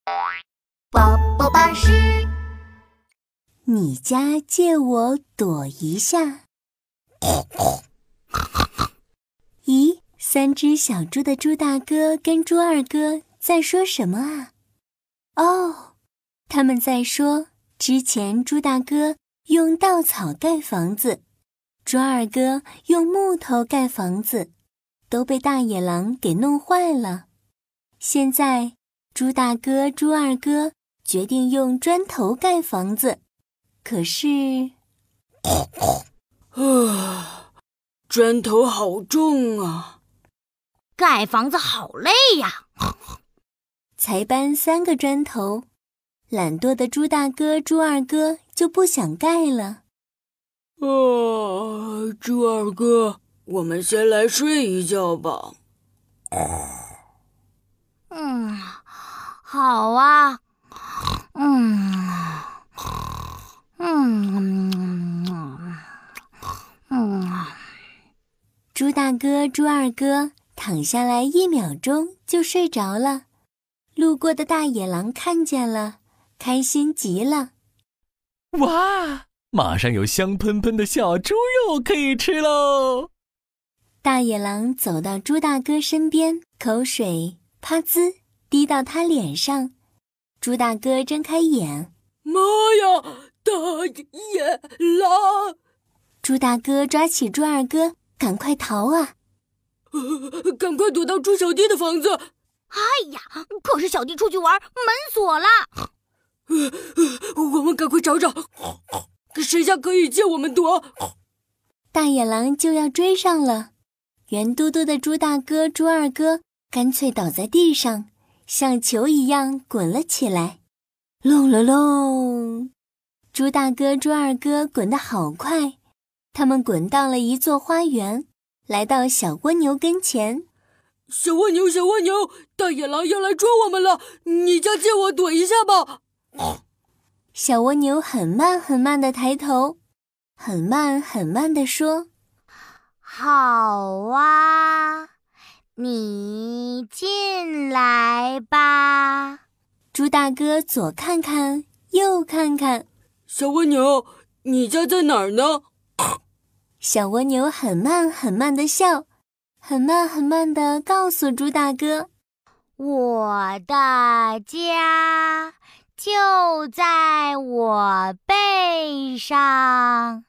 宝宝巴士， 你家借我躲一下。咦，3只小猪的猪大哥跟猪二哥在说什么啊？哦，他们在说之前猪大哥用稻草盖房子，猪二哥用木头盖房子，都被大野狼给弄坏了。现在猪大哥、猪二哥决定用砖头盖房子，可是砖头好重啊， 盖房子好累呀。 才搬3个砖头，懒惰的猪大哥、猪二哥就不想盖了。 猪二哥，我们先来睡一觉吧。 好啊。 猪大哥、猪二哥躺下来1秒钟就睡着了。路过的大野狼看见了，开心极了。 哇，马上有香喷喷的小猪肉可以吃喽！ 大野狼走到猪大哥身边，口水啪滋滴到他脸上。猪大哥睁开眼， 妈呀，大野狼！ 猪大哥抓起猪二哥，赶快逃啊！ 赶快躲到猪小弟的房子！ 哎呀，可是小弟出去玩，门锁了。 我们赶快找找，谁家可以借我们躲？ 大野狼就要追上了，圆嘟嘟的猪大哥、猪二哥干脆倒在地上，像球一样滚了起来。隆隆隆！猪大哥、猪二哥滚得好快，他们滚到了一座花园，来到小蜗牛跟前。 小蜗牛，小蜗牛，大野狼要来抓我们了，你家借我躲一下吧。 小蜗牛很慢很慢地抬头，很慢很慢地说： 好啊，你进来吧。 猪大哥左看看右看看， 小蜗牛，你家在哪儿呢？ 小蜗牛很慢很慢地笑，很慢很慢地告诉猪大哥： 我的家就在我背上，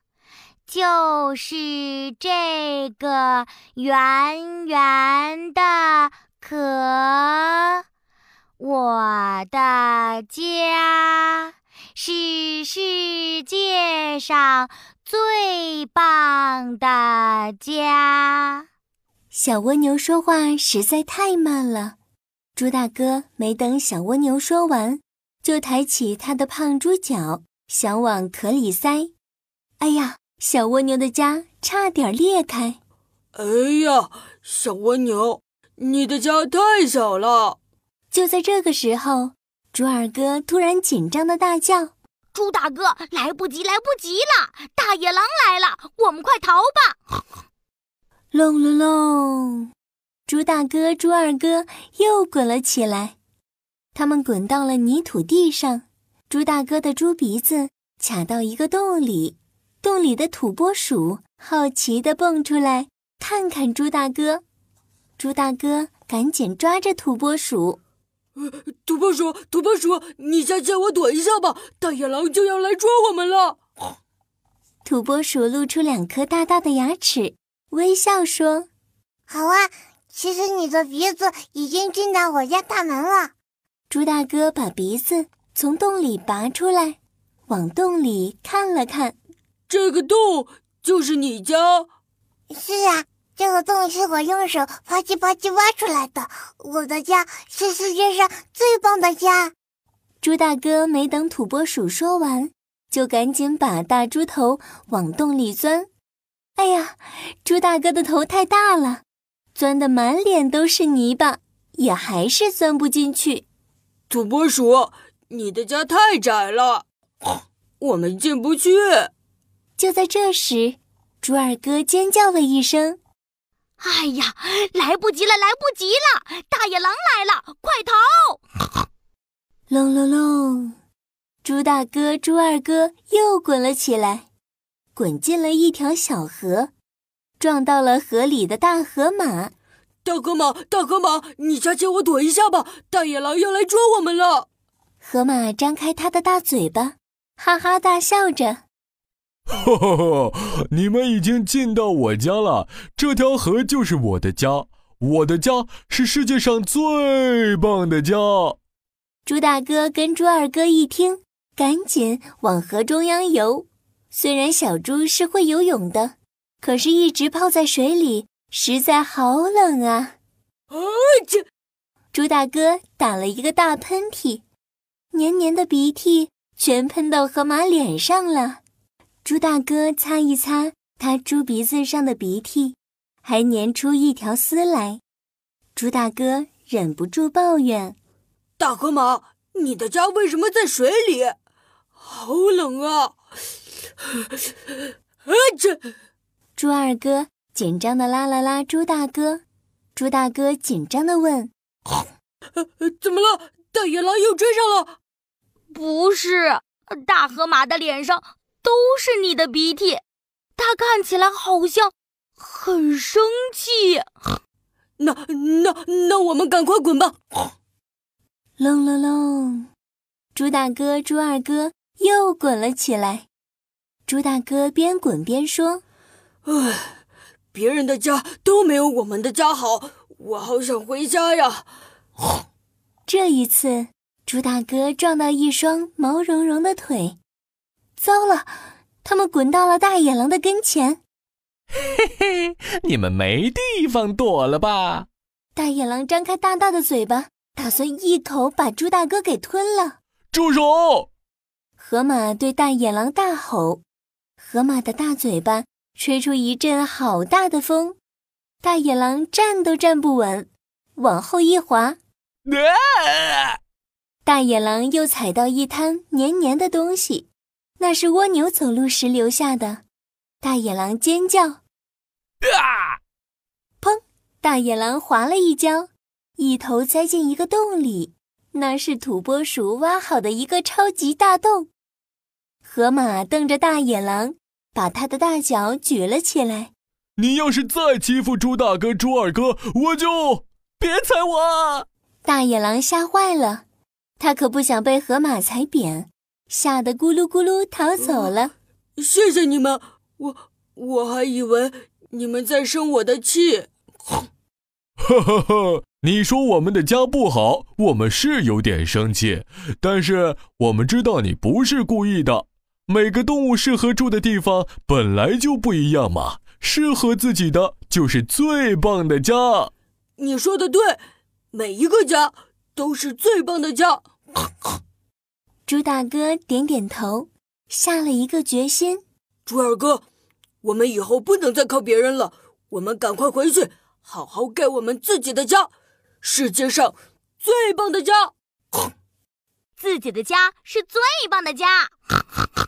就是这个圆圆的壳。我的家是世界上最棒的家。 小蜗牛说话实在太慢了，猪大哥没等小蜗牛说完，就抬起他的胖猪脚，想往壳里塞。哎呀，小蜗牛的家差点裂开。 哎呀，小蜗牛，你的家太小了。 就在这个时候，猪二哥突然紧张地大叫： 猪大哥，来不及，来不及了！大野狼来了，我们快逃吧！ 隆隆隆！猪大哥、猪二哥又滚了起来，他们滚到了泥土地上。猪大哥的猪鼻子卡到一个洞里，洞里的土拨鼠好奇地蹦出来，看看猪大哥。猪大哥赶紧抓着土拨鼠。 土拨鼠，土拨鼠，你先借我躲一下吧，大野狼就要来抓我们了。 土拨鼠露出2颗大大的牙齿，微笑说： 好啊，其实你的鼻子已经进到我家大门了。 猪大哥把鼻子从洞里拔出来，往洞里看了看。 这个洞就是你家？ 是啊，这个洞是我用手啪叽啪叽挖出来的，我的家是世界上最棒的家。 猪大哥没等土拨鼠说完，就赶紧把大猪头往洞里钻。哎呀，猪大哥的头太大了，钻得满脸都是泥巴，也还是钻不进去。 土拨鼠，你的家太窄了，我们进不去。 就在这时，猪二哥尖叫了一声： 哎呀，来不及了，来不及了！大野狼来了，快逃！ 隆隆隆，猪大哥、猪二哥又滚了起来，滚进了一条小河，撞到了河里的大河马。 大河马，大河马，你下借我躲一下吧，大野狼要来抓我们了。 河马张开它的大嘴巴，哈哈大笑着。 哈哈哈！你们已经进到我家了，这条河就是我的家，我的家是世界上最棒的家。 猪大哥跟猪二哥一听，赶紧往河中央游。虽然小猪是会游泳的，可是一直泡在水里，实在好冷啊！猪大哥打了一个大喷嚏，黏黏的鼻涕全喷到河马脸上了。猪大哥擦一擦他猪鼻子上的鼻涕，还粘出一条丝来。猪大哥忍不住抱怨： 大河马，你的家为什么在水里？好冷啊！ 猪二哥紧张地拉了拉猪大哥，猪大哥紧张地问： 怎么了？大野狼又追上了？ 不是，大河马的脸上都是你的鼻涕，他看起来好像很生气。 那我们赶快滚吧！ 隆隆隆，猪大哥、猪二哥又滚了起来。猪大哥边滚边说： 唉，别人的家都没有我们的家好，我好想回家呀。 这一次，猪大哥撞到一双毛茸茸的腿。糟了，他们滚到了大野狼的跟前。 嘿嘿，你们没地方躲了吧？ 大野狼张开大大的嘴巴，打算一口把猪大哥给吞了。 住手！ 河马对大野狼大吼，河马的大嘴巴吹出一阵好大的风，大野狼站都站不稳，往后一滑，大野狼又踩到一滩黏黏的东西，那是蜗牛走路时留下的。大野狼尖叫，砰！大野狼滑了一跤，一头栽进一个洞里，那是土拨鼠挖好的一个超级大洞。河马瞪着大野狼，把他的大脚举了起来。 你要是再欺负猪大哥、猪二哥，我就……别踩我！ 大野狼吓坏了，他可不想被河马踩扁，吓得咕噜咕噜逃走了。 谢谢你们，我还以为你们在生我的气。 哈哈哈！你说我们的家不好，我们是有点生气，但是我们知道你不是故意的。每个动物适合住的地方本来就不一样嘛，适合自己的就是最棒的家。 你说的对，每一个家都是最棒的家。 猪大哥点点头，下了一个决心。 猪二哥，我们以后不能再靠别人了，我们赶快回去，好好盖我们自己的家，世界上最棒的家。 自己的家是最棒的家。